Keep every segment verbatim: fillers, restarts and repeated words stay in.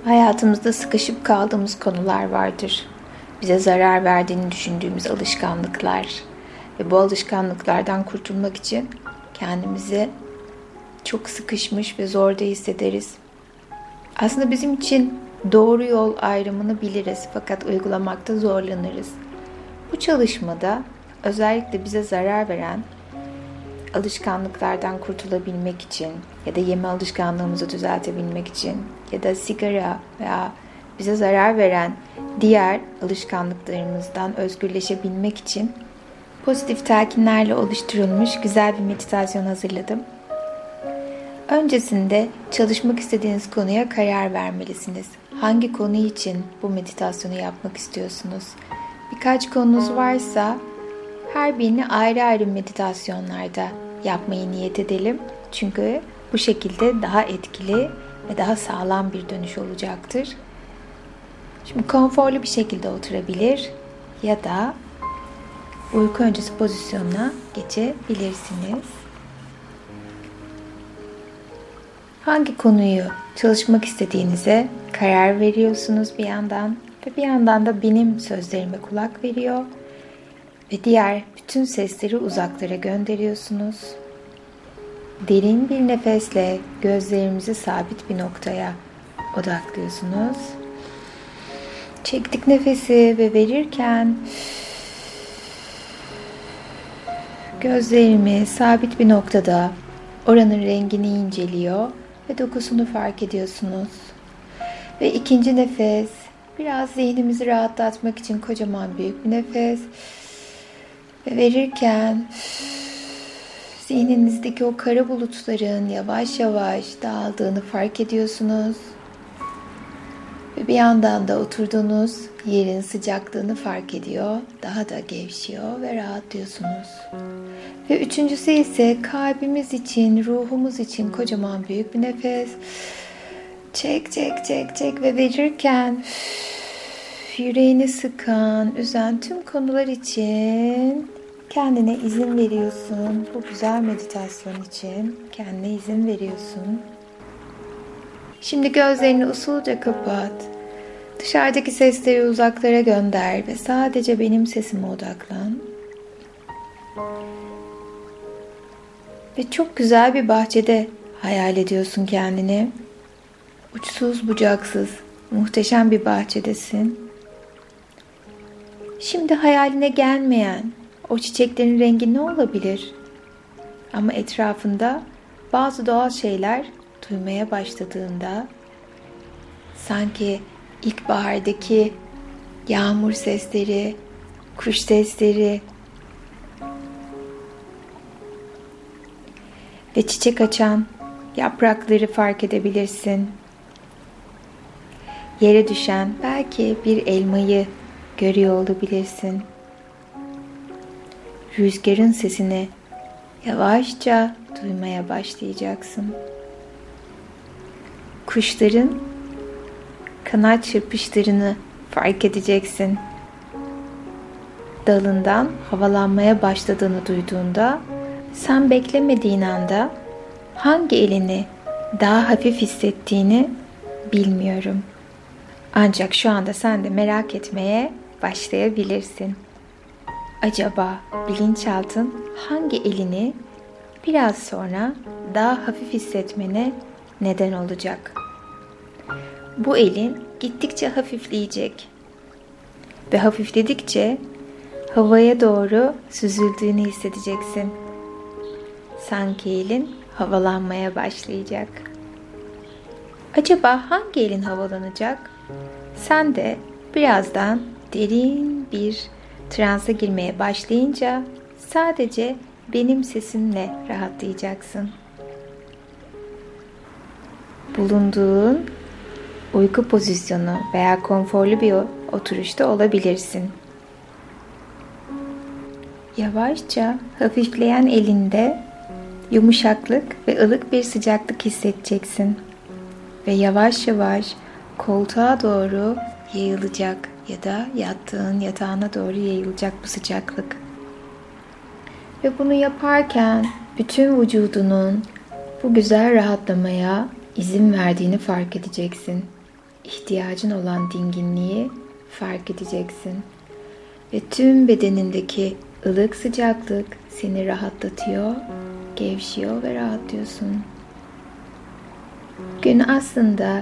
Hayatımızda sıkışıp kaldığımız konular vardır. Bize zarar verdiğini düşündüğümüz alışkanlıklar ve bu alışkanlıklardan kurtulmak için kendimizi çok sıkışmış ve zorda hissederiz. Aslında bizim için doğru yol ayrımını biliriz fakat uygulamakta zorlanırız. Bu çalışmada özellikle bize zarar veren alışkanlıklardan kurtulabilmek için ya da yeme alışkanlığımızı düzeltebilmek için ya da sigara veya bize zarar veren diğer alışkanlıklarımızdan özgürleşebilmek için pozitif telkinlerle oluşturulmuş güzel bir meditasyon hazırladım. Öncesinde çalışmak istediğiniz konuya karar vermelisiniz. Hangi konu için bu meditasyonu yapmak istiyorsunuz? Birkaç konunuz varsa her birini ayrı ayrı meditasyonlarda yapmayı niyet edelim. Çünkü bu şekilde daha etkili ve daha sağlam bir dönüş olacaktır. Şimdi konforlu bir şekilde oturabilir ya da uyku öncesi pozisyonuna geçebilirsiniz. Hangi konuyu çalışmak istediğinize karar veriyorsunuz bir yandan ve bir yandan da benim sözlerime kulak veriyor ve diğer bütün sesleri uzaklara gönderiyorsunuz. Derin bir nefesle gözlerimizi sabit bir noktaya odaklıyorsunuz. Çektik nefesi ve verirken gözlerimi sabit bir noktada oranın rengini inceliyor ve dokusunu fark ediyorsunuz. Ve ikinci nefes, biraz zihnimizi rahatlatmak için kocaman büyük bir nefes. Ve verirken zihninizdeki o kara bulutların yavaş yavaş dağıldığını fark ediyorsunuz. Ve bir yandan da oturduğunuz yerin sıcaklığını fark ediyor. Daha da gevşiyor ve rahatlıyorsunuz. Ve üçüncüsü ise kalbimiz için, ruhumuz için kocaman büyük bir nefes. Çek, çek, çek, çek ve verirken yüreğini sıkan, üzen tüm konular için kendine izin veriyorsun. Bu güzel meditasyon için kendine izin veriyorsun. Şimdi gözlerini usulca kapat. Dışarıdaki sesleri uzaklara gönder ve sadece benim sesime odaklan. Ve çok güzel bir bahçede hayal ediyorsun kendini. Uçsuz bucaksız, muhteşem bir bahçedesin. Şimdi hayaline gelmeyen o çiçeklerin rengi ne olabilir? Ama etrafında bazı doğal şeyler duymaya başladığında sanki ilkbahardaki yağmur sesleri, kuş sesleri ve çiçek açan yaprakları fark edebilirsin. Yere düşen belki bir elmayı görüyor olabilirsin. Rüzgarın sesini yavaşça duymaya başlayacaksın. Kuşların kanat çırpışlarını fark edeceksin. Dalından havalanmaya başladığını duyduğunda sen beklemediğin anda hangi elini daha hafif hissettiğini bilmiyorum. Ancak şu anda sen de merak etmeye başlayabilirsin. Acaba bilinçaltın hangi elini biraz sonra daha hafif hissetmene neden olacak? Bu elin gittikçe hafifleyecek ve hafifledikçe havaya doğru süzüldüğünü hissedeceksin. Sanki elin havalanmaya başlayacak. Acaba hangi elin havalanacak? Sen de birazdan derin bir transa girmeye başlayınca sadece benim sesimle rahatlayacaksın. Bulunduğun uyku pozisyonu veya konforlu bir oturuşta olabilirsin. Yavaşça hafifleyen elinde yumuşaklık ve ılık bir sıcaklık hissedeceksin. Ve yavaş yavaş koltuğa doğru yayılacak ya da yattığın yatağına doğru yayılacak bu sıcaklık. Ve bunu yaparken bütün vücudunun bu güzel rahatlamaya izin verdiğini fark edeceksin. ihtiyacın olan dinginliği fark edeceksin. Ve tüm bedenindeki ılık sıcaklık seni rahatlatıyor, gevşiyor ve rahatlıyorsun. Gün aslında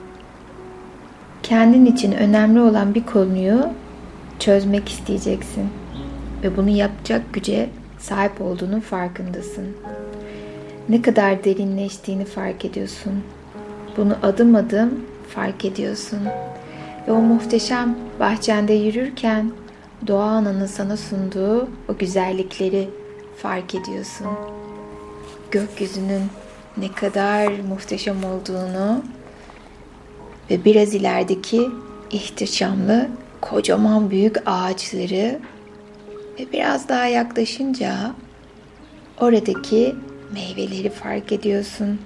kendin için önemli olan bir konuyu çözmek isteyeceksin. Ve bunu yapacak güce sahip olduğunun farkındasın. Ne kadar derinleştiğini fark ediyorsun. Bunu adım adım fark ediyorsun. Ve o muhteşem bahçende yürürken doğa ananın sana sunduğu o güzellikleri fark ediyorsun. Gökyüzünün ne kadar muhteşem olduğunu ve biraz ilerideki ihtişamlı kocaman büyük ağaçları ve biraz daha yaklaşınca oradaki meyveleri fark ediyorsun.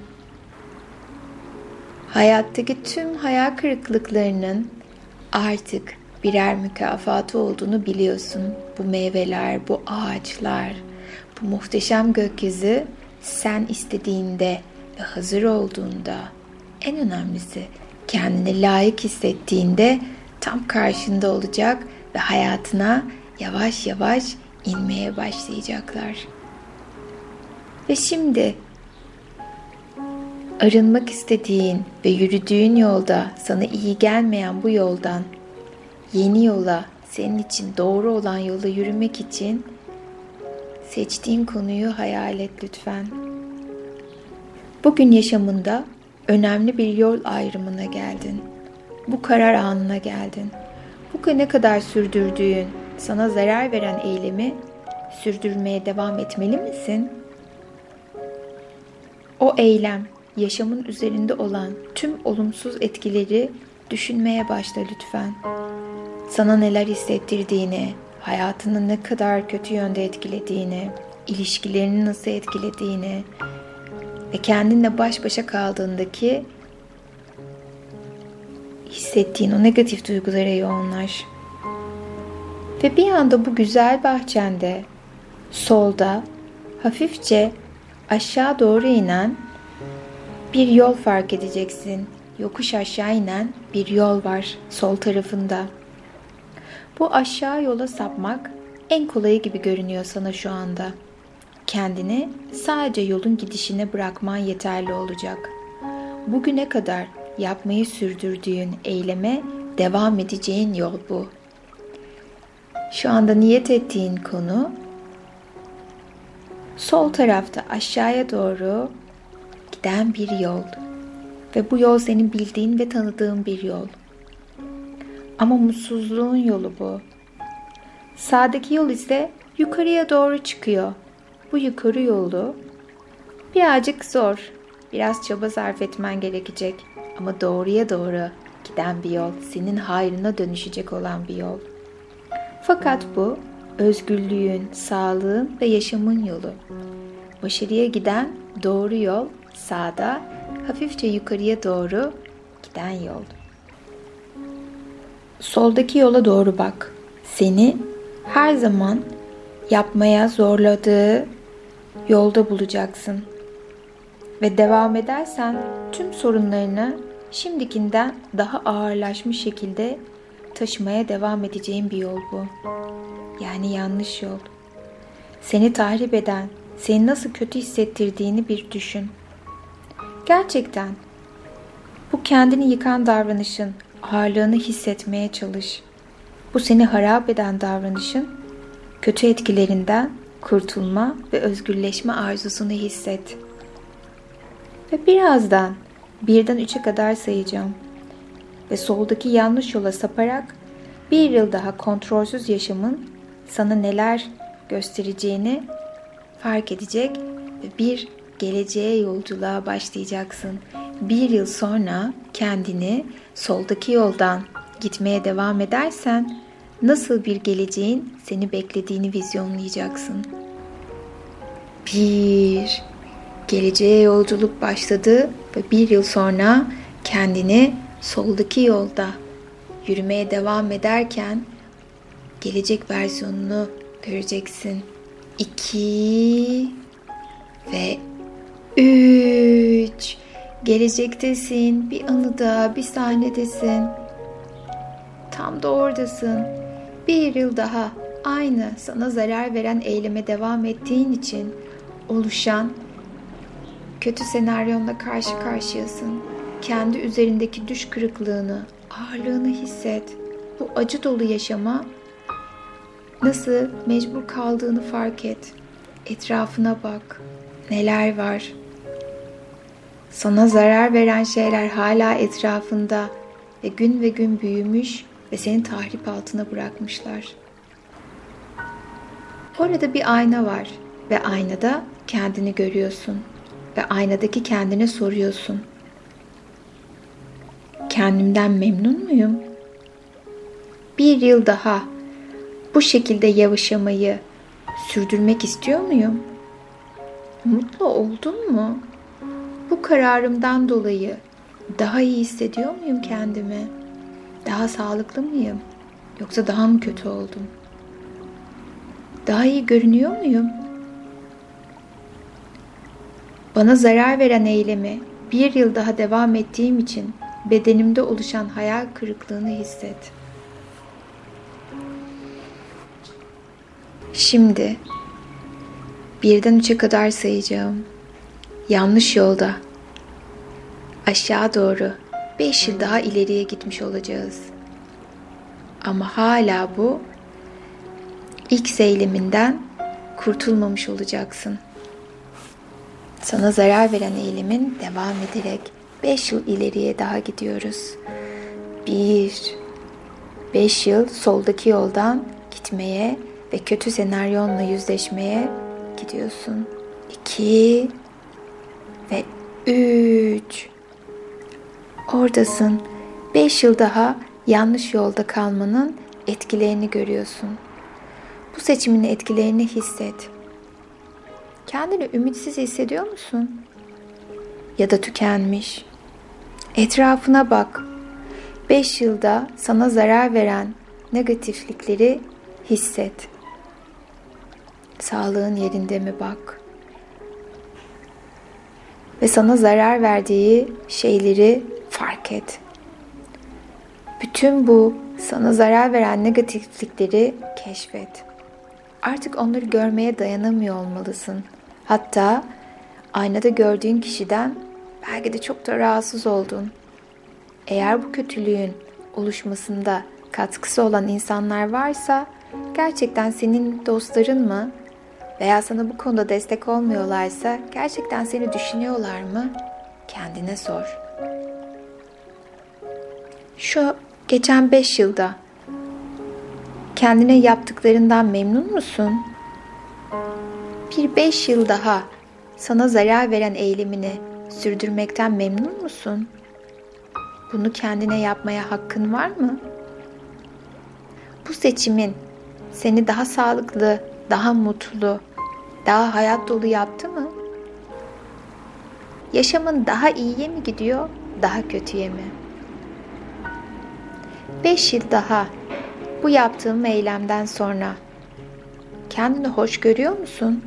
Hayattaki tüm hayal kırıklıklarının artık birer mükafatı olduğunu biliyorsun. Bu meyveler, bu ağaçlar, bu muhteşem gökyüzü sen istediğinde ve hazır olduğunda, en önemlisi kendini layık hissettiğinde tam karşında olacak ve hayatına yavaş yavaş inmeye başlayacaklar. Ve şimdi arınmak istediğin ve yürüdüğün yolda sana iyi gelmeyen bu yoldan yeni yola, senin için doğru olan yola yürümek için seçtiğin konuyu hayal et lütfen. Bugün yaşamında önemli bir yol ayrımına geldin. Bu karar anına geldin. Bugüne kadar sürdürdüğün, sana zarar veren eylemi sürdürmeye devam etmeli misin? O eylem, yaşamın üzerinde olan tüm olumsuz etkileri düşünmeye başla lütfen. Sana neler hissettirdiğini, hayatını ne kadar kötü yönde etkilediğini, ilişkilerini nasıl etkilediğini ve kendinle baş başa kaldığındaki hissettiğin o negatif duygulara yoğunlaş. Ve bir anda bu güzel bahçende solda hafifçe aşağı doğru inen bir yol fark edeceksin. Yokuş aşağı inen bir yol var sol tarafında. Bu aşağı yola sapmak en kolayı gibi görünüyor sana şu anda. Kendini sadece yolun gidişine bırakman yeterli olacak. Bugüne kadar yapmayı sürdürdüğün eyleme devam edeceğin yol bu. Şu anda niyet ettiğin konu sol tarafta aşağıya doğru giden bir yol. Ve bu yol senin bildiğin ve tanıdığın bir yol. Ama mutsuzluğun yolu bu. Sağdaki yol ise yukarıya doğru çıkıyor. Bu yukarı yolu birazcık zor. Biraz çaba sarf etmen gerekecek. Ama doğruya doğru giden bir yol. Senin hayrına dönüşecek olan bir yol. Fakat bu özgürlüğün, sağlığın ve yaşamın yolu. Başarıya giden doğru yol sağda, hafifçe yukarıya doğru giden yol. Soldaki yola doğru bak. Seni her zaman yapmaya zorladığı yolda bulacaksın. Ve devam edersen tüm sorunlarını şimdikinden daha ağırlaşmış şekilde taşımaya devam edeceğin bir yol bu. Yani yanlış yol. Seni tahrip eden, seni nasıl kötü hissettirdiğini bir düşün. Gerçekten bu kendini yıkan davranışın ağırlığını hissetmeye çalış. Bu seni harap eden davranışın kötü etkilerinden kurtulma ve özgürleşme arzusunu hisset. Ve birazdan birden üçe kadar sayacağım. Ve soldaki yanlış yola saparak bir yıl daha kontrolsüz yaşamın sana neler göstereceğini fark edecek ve bir geleceğe yolculuğa başlayacaksın. Bir yıl sonra kendini soldaki yoldan gitmeye devam edersen nasıl bir geleceğin seni beklediğini vizyonlayacaksın. Bir geleceğe yolculuk başladı ve bir yıl sonra kendini soldaki yolda yürümeye devam ederken gelecek versiyonunu göreceksin. İki ve üç. Gelecektesin, bir anıda, bir sahnedesin. Tam da oradasın. Bir yıl daha aynı sana zarar veren eyleme devam ettiğin için oluşan kötü senaryonla karşı karşıyasın. Kendi üzerindeki düş kırıklığını, ağırlığını hisset. Bu acı dolu yaşama nasıl mecbur kaldığını fark et. Etrafına bak. Neler var? Sana zarar veren şeyler hala etrafında ve gün ve gün büyümüş ve seni tahrip altına bırakmışlar. Orada bir ayna var ve aynada kendini görüyorsun ve aynadaki kendine soruyorsun. Kendimden memnun muyum? Bir yıl daha bu şekilde yaşamayı sürdürmek istiyor muyum? Mutlu oldum mu? Bu kararımdan dolayı daha iyi hissediyor muyum kendimi? Daha sağlıklı mıyım? Yoksa daha mı kötü oldum? Daha iyi görünüyor muyum? Bana zarar veren eylemi bir yıl daha devam ettiğim için bedenimde oluşan hayal kırıklığını hisset. Şimdi birden üçe kadar sayacağım. Yanlış yolda. Aşağı doğru beş yıl daha ileriye gitmiş olacağız. Ama hala bu ilk eyleminden kurtulmamış olacaksın. Sana zarar veren eylemin devam ederek beş yıl ileriye daha gidiyoruz. Bir, beş yıl soldaki yoldan gitmeye ve kötü senaryonla yüzleşmeye gidiyorsun. İki ve üç. Oradasın. Beş yıl daha yanlış yolda kalmanın etkilerini görüyorsun. Bu seçimin etkilerini hisset. Kendini ümitsiz hissediyor musun? Ya da tükenmiş. Etrafına bak. Beş yılda sana zarar veren negatiflikleri hisset. Sağlığın yerinde mi bak. Ve sana zarar verdiği şeyleri fark et. Bütün bu sana zarar veren negatiflikleri keşfet. Artık onları görmeye dayanamıyor olmalısın. Hatta aynada gördüğün kişiden belki de çok da rahatsız oldun. Eğer bu kötülüğün oluşmasında katkısı olan insanlar varsa gerçekten senin dostların mı? Veya sana bu konuda destek olmuyorlarsa gerçekten seni düşünüyorlar mı? Kendine sor. Şu geçen beş yılda kendine yaptıklarından memnun musun? Bir beş yıl daha sana zarar veren eylemini sürdürmekten memnun musun? Bunu kendine yapmaya hakkın var mı? Bu seçimin seni daha sağlıklı, daha mutlu, daha hayat dolu yaptı mı? Yaşamın daha iyiye mi gidiyor, daha kötüye mi? Beş yıl daha bu yaptığım eylemden sonra kendini hoş görüyor musun?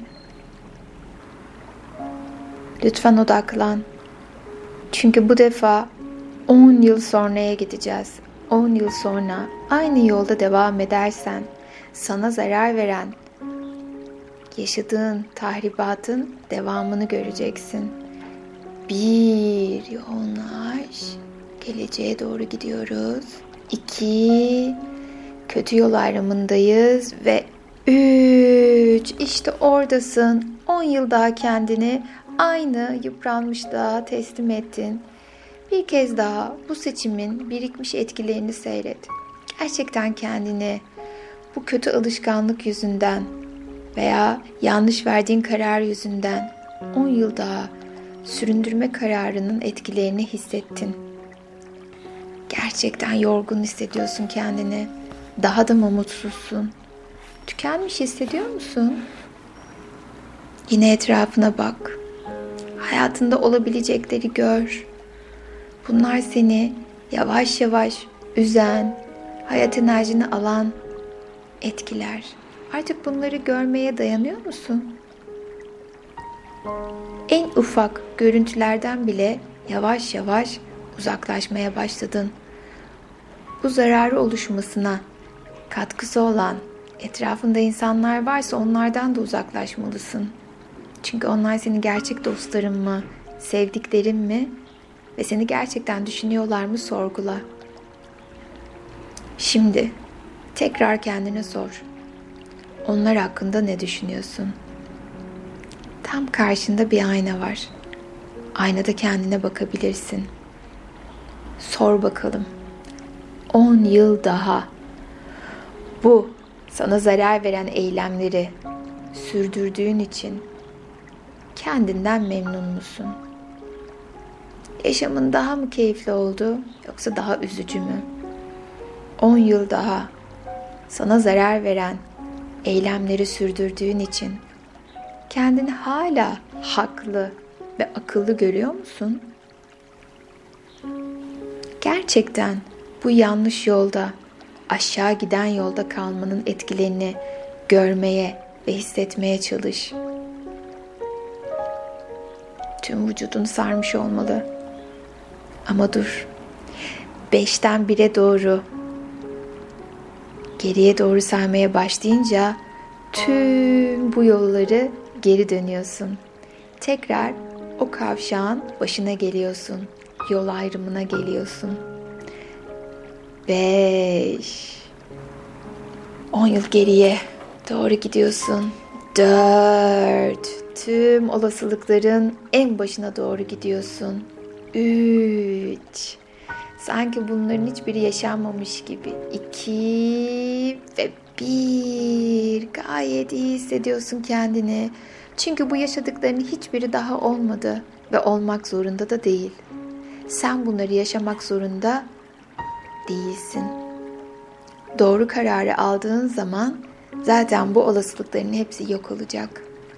Lütfen odaklan. Çünkü bu defa on yıl sonraya gideceğiz. on yıl sonra aynı yolda devam edersen sana zarar veren yaşadığın tahribatın devamını göreceksin. Bir, yoğunlaş. Geleceğe doğru gidiyoruz. İki, kötü yol ayrımındayız ve üç, işte oradasın. On yıl daha kendini aynı yıpranmışlığa teslim ettin. Bir kez daha bu seçimin birikmiş etkilerini seyret. Gerçekten kendini bu kötü alışkanlık yüzünden veya yanlış verdiğin karar yüzünden on yıl daha süründürme kararının etkilerini hissettin. Gerçekten yorgun hissediyorsun kendini. Daha da mı mutsuzsun? Tükenmiş hissediyor musun? Yine etrafına bak. Hayatında olabilecekleri gör. Bunlar seni yavaş yavaş üzen, hayat enerjini alan etkiler. Artık bunları görmeye dayanıyor musun? En ufak görüntülerden bile yavaş yavaş uzaklaşmaya başladın. Bu zararı oluşmasına katkısı olan etrafında insanlar varsa onlardan da uzaklaşmalısın. Çünkü onlar senin gerçek dostların mı, sevdiklerin mi ve seni gerçekten düşünüyorlar mı sorgula. Şimdi tekrar kendine sor. Onlar hakkında ne düşünüyorsun? Tam karşında bir ayna var. Aynada kendine bakabilirsin. Sor bakalım. on yıl daha bu sana zarar veren eylemleri sürdürdüğün için kendinden memnun musun? Yaşamın daha mı keyifli oldu yoksa daha üzücü mü? on yıl daha sana zarar veren eylemleri sürdürdüğün için kendini hala haklı ve akıllı görüyor musun? Gerçekten bu yanlış yolda, aşağı giden yolda kalmanın etkilerini görmeye ve hissetmeye çalış. Tüm vücudunu sarmış olmalı. Ama dur. Beşten bire doğru, geriye doğru saymaya başlayınca tüm bu yolları geri dönüyorsun. Tekrar o kavşağın başına geliyorsun. Yol ayrımına geliyorsun. Beş. On yıl geriye doğru gidiyorsun. Dört. Tüm olasılıkların en başına doğru gidiyorsun. Üç. Sanki bunların hiçbiri yaşanmamış gibi. İki ve bir. Gayet iyi hissediyorsun kendini. Çünkü bu yaşadıkların hiçbiri daha olmadı ve olmak zorunda da değil. Sen bunları yaşamak zorunda değilsin. Doğru kararı aldığın zaman zaten bu olasılıkların hepsi yok olacak.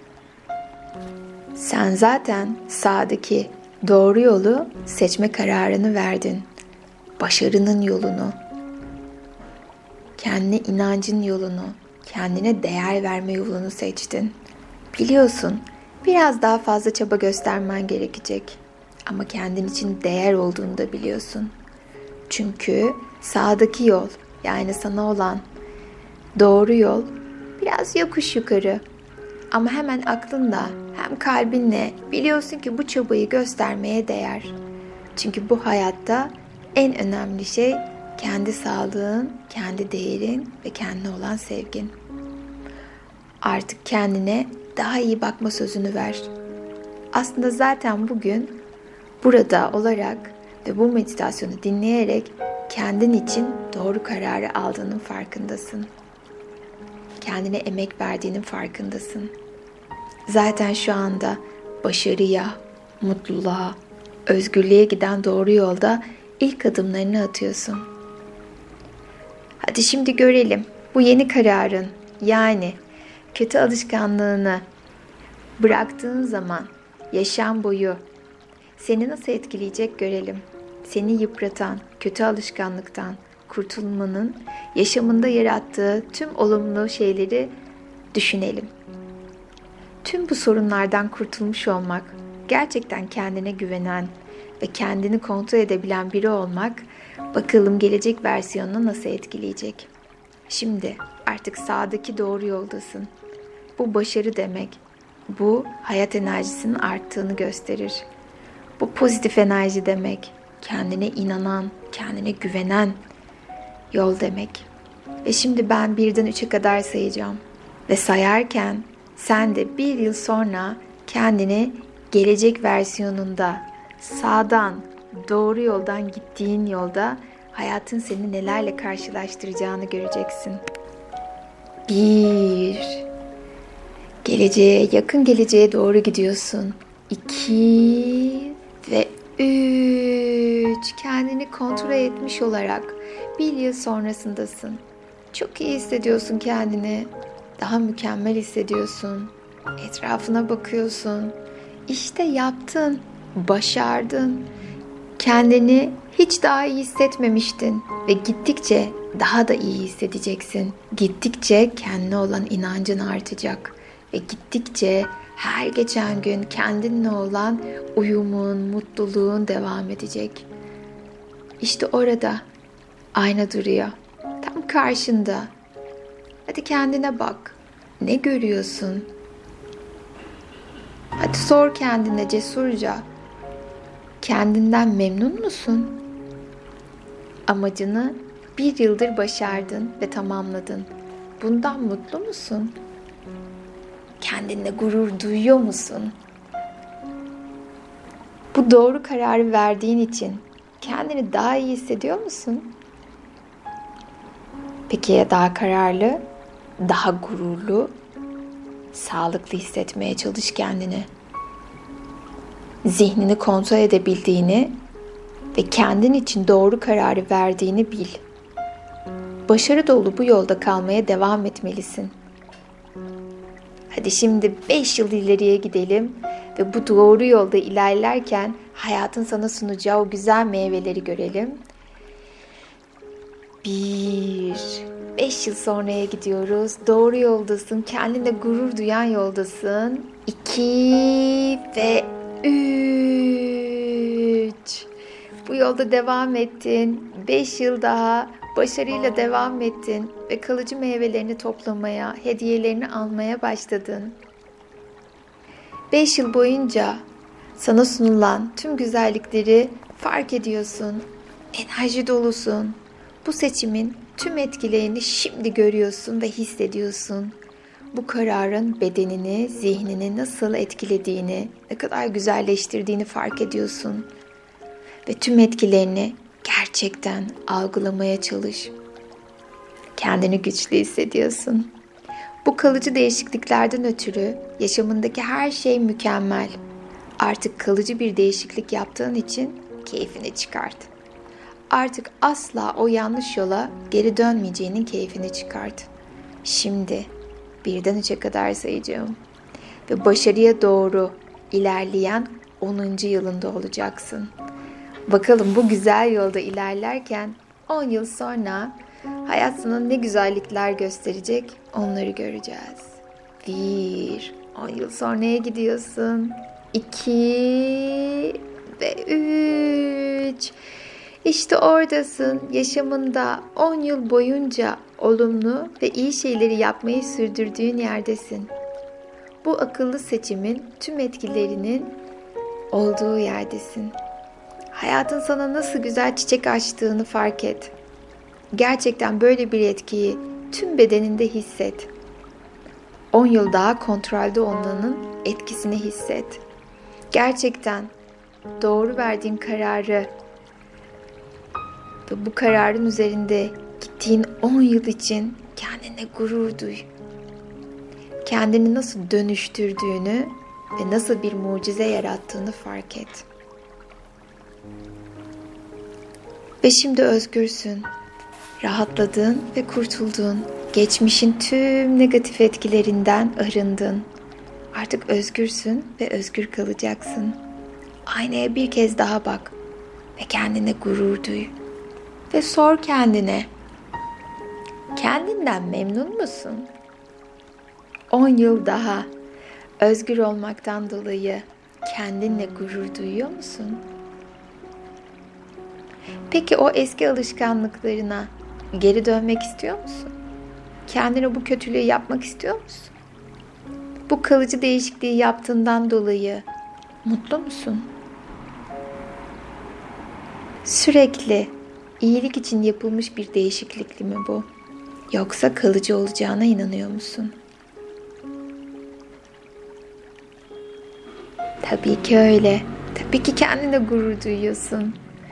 Sen zaten sağdaki doğru yolu seçme kararını verdin. Başarının yolunu, kendine inancın yolunu, kendine değer verme yolunu seçtin. Biliyorsun, biraz daha fazla çaba göstermen gerekecek. Ama kendin için değer olduğunu da biliyorsun. Çünkü sağdaki yol, yani sana olan doğru yol biraz yokuş yukarı. Ama hemen aklında hem kalbinle biliyorsun ki bu çabayı göstermeye değer. Çünkü bu hayatta en önemli şey kendi sağlığın, kendi değerin ve kendine olan sevgin. Artık kendine daha iyi bakma sözünü ver. Aslında zaten bugün burada olarak ve bu meditasyonu dinleyerek kendin için doğru kararı aldığının farkındasın. Kendine emek verdiğinin farkındasın. Zaten şu anda başarıya, mutluluğa, özgürlüğe giden doğru yolda ilk adımlarını atıyorsun. Hadi şimdi görelim bu yeni kararın, yani kötü alışkanlığını bıraktığın zaman yaşam boyu seni nasıl etkileyecek görelim. Seni yıpratan kötü alışkanlıktan kurtulmanın yaşamında yarattığı tüm olumlu şeyleri düşünelim. Tüm bu sorunlardan kurtulmuş olmak, gerçekten kendine güvenen ve kendini kontrol edebilen biri olmak, bakalım gelecek versiyonunu nasıl etkileyecek. Şimdi artık sağdaki doğru yoldasın. Bu başarı demek. Bu hayat enerjisinin arttığını gösterir. Bu pozitif enerji demek. Kendine inanan, kendine güvenen yol demek. Ve şimdi ben birden üçe kadar sayacağım. Ve sayarken sen de bir yıl sonra kendini gelecek versiyonunda sağdan, doğru yoldan gittiğin yolda hayatın seni nelerle karşılaştıracağını göreceksin. Bir. Geleceğe, yakın geleceğe doğru gidiyorsun. İki ve üç. Kendini kontrol etmiş olarak bir yıl sonrasındasın. Çok iyi hissediyorsun kendini. Daha mükemmel hissediyorsun. Etrafına bakıyorsun. İşte yaptın, başardın. Kendini hiç daha iyi hissetmemiştin ve gittikçe daha da iyi hissedeceksin. Gittikçe kendine olan inancın artacak. Ve gittikçe her geçen gün kendinle olan uyumun, mutluluğun devam edecek. İşte orada ayna duruyor. Tam karşında. Hadi kendine bak. Ne görüyorsun? Hadi sor kendine cesurca. Kendinden memnun musun? Amacını bir yıldır başardın ve tamamladın. Bundan mutlu musun? Kendinle gurur duyuyor musun? Bu doğru kararı verdiğin için kendini daha iyi hissediyor musun? Peki ya daha kararlı, daha gururlu, sağlıklı hissetmeye çalış kendini. Zihnini kontrol edebildiğini ve kendin için doğru kararı verdiğini bil. Başarı dolu bu yolda kalmaya devam etmelisin. Hadi şimdi beş yıl ileriye gidelim ve bu doğru yolda ilerlerken hayatın sana sunacağı o güzel meyveleri görelim. Bir, beş yıl sonraya gidiyoruz. Doğru yoldasın, kendine gurur duyan yoldasın. İki ve üç. Bu yolda devam ettin. Beş yıl daha başarıyla devam ettin ve kalıcı meyvelerini toplamaya, hediyelerini almaya başladın. Beş yıl boyunca sana sunulan tüm güzellikleri fark ediyorsun. Enerji dolusun. Bu seçimin tüm etkilerini şimdi görüyorsun ve hissediyorsun. Bu kararın bedenini, zihnini nasıl etkilediğini, ne kadar güzelleştirdiğini fark ediyorsun. Ve tüm etkilerini gerçekten algılamaya çalış. Kendini güçlü hissediyorsun. Bu kalıcı değişikliklerden ötürü yaşamındaki her şey mükemmel. Artık kalıcı bir değişiklik yaptığın için keyfini çıkart. Artık asla o yanlış yola geri dönmeyeceğinin keyfini çıkart. Şimdi birden üçe kadar sayacağım. Ve başarıya doğru ilerleyen onuncu yılında olacaksın. Bakalım bu güzel yolda ilerlerken on yıl sonra hayat sana ne güzellikler gösterecek, onları göreceğiz. Bir, on yıl sonraya gidiyorsun. İki ve üç. İşte oradasın, yaşamında on yıl boyunca olumlu ve iyi şeyleri yapmayı sürdürdüğün yerdesin. Bu akıllı seçimin tüm etkilerinin olduğu yerdesin. Hayatın sana nasıl güzel çiçek açtığını fark et. Gerçekten böyle bir etkiyi tüm bedeninde hisset. on yıl daha kontrolde olmanın etkisini hisset. Gerçekten doğru verdiğin kararı ve bu kararın üzerinde gittiğin on yıl için kendine gurur duy. Kendini nasıl dönüştürdüğünü ve nasıl bir mucize yarattığını fark et. Ve şimdi özgürsün. Rahatladın ve kurtuldun. Geçmişin tüm negatif etkilerinden arındın. Artık özgürsün ve özgür kalacaksın. Aynaya bir kez daha bak ve kendine gurur duy. Ve sor kendine, kendinden memnun musun? on yıl daha özgür olmaktan dolayı kendinle gurur duyuyor musun? Peki o eski alışkanlıklarına geri dönmek istiyor musun? Kendine bu kötülüğü yapmak istiyor musun? Bu kalıcı değişikliği yaptığından dolayı mutlu musun? Sürekli iyilik için yapılmış bir değişiklik mi bu? Yoksa kalıcı olacağına inanıyor musun? Tabii ki öyle. Tabii ki kendine gurur duyuyorsun.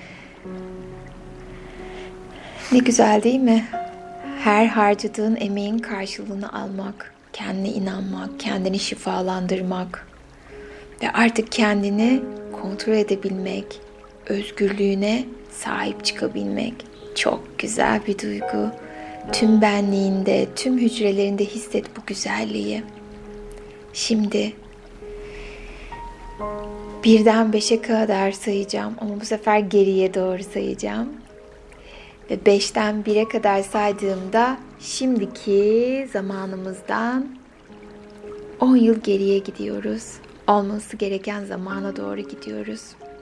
Ne güzel değil mi? Her harcadığın emeğin karşılığını almak, kendine inanmak, kendini şifalandırmak ve artık kendini kontrol edebilmek, özgürlüğüne sahip çıkabilmek çok güzel bir duygu. Tüm benliğinde, tüm hücrelerinde hisset bu güzelliği. Şimdi birden beşe kadar sayacağım ama bu sefer geriye doğru sayacağım. Ve beşten bire kadar saydığımda şimdiki zamanımızdan on yıl geriye gidiyoruz. Olması gereken zamana doğru gidiyoruz.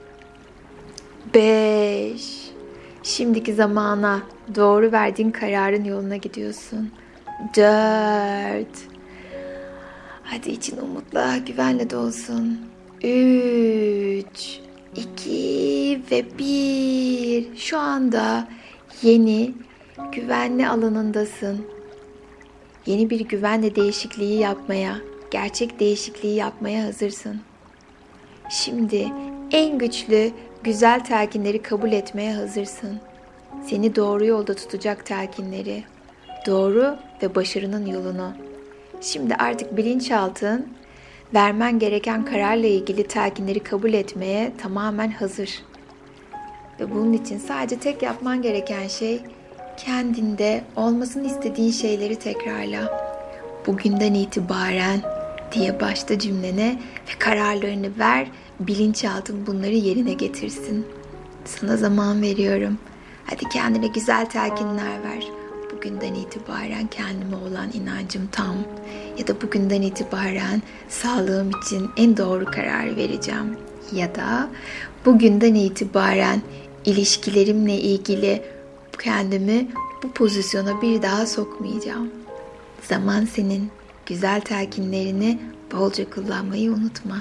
beş. Şimdiki zamana, doğru verdiğin kararın yoluna gidiyorsun. dört. Hadi için umutla, güvenle dolsun. üç, iki ve bir. Şu anda yeni, güvenli alanındasın. Yeni bir güvenle değişikliği yapmaya, gerçek değişikliği yapmaya hazırsın. Şimdi en güçlü, güzel telkinleri kabul etmeye hazırsın. Seni doğru yolda tutacak telkinleri, doğru ve başarının yolunu. Şimdi artık bilinçaltın vermen gereken kararla ilgili telkinleri kabul etmeye tamamen hazır. Ve bunun için sadece tek yapman gereken şey kendinde olmasını istediğin şeyleri tekrarla. Bugünden itibaren diye başla cümlene ve kararlarını ver, bilinçaltın bunları yerine getirsin. Sana zaman veriyorum. Hadi kendine güzel telkinler ver. Bugünden itibaren kendime olan inancım tam. Ya da bugünden itibaren sağlığım için en doğru karar vereceğim. Ya da bugünden itibaren ilişkilerimle ilgili kendimi bu pozisyona bir daha sokmayacağım. Zaman senin. Güzel telkinlerini bolca kullanmayı unutma.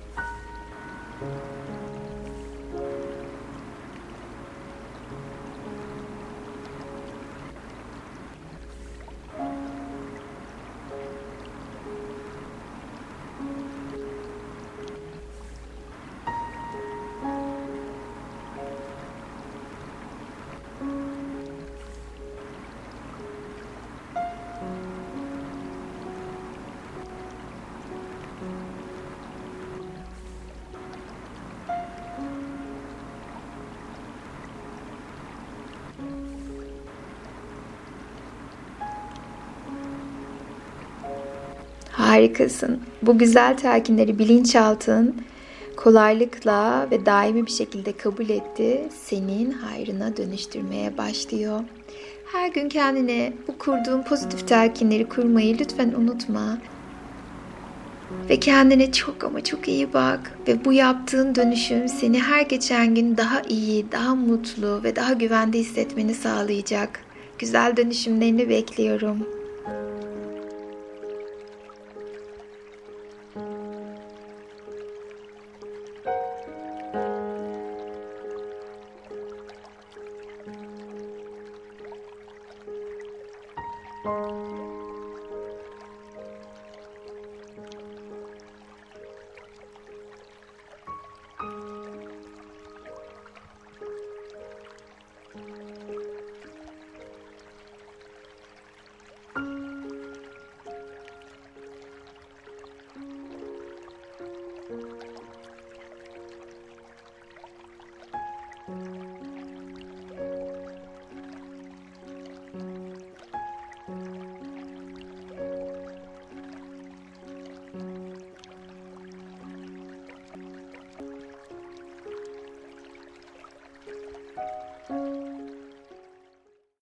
Harikasın. Bu güzel telkinleri bilinçaltın kolaylıkla ve daimi bir şekilde kabul etti. Senin hayrına dönüştürmeye başlıyor. Her gün kendine bu kurduğun pozitif telkinleri kurmayı lütfen unutma. Ve kendine çok ama çok iyi bak. Ve bu yaptığın dönüşüm seni her geçen gün daha iyi, daha mutlu ve daha güvende hissetmeni sağlayacak. Güzel dönüşümlerini bekliyorum.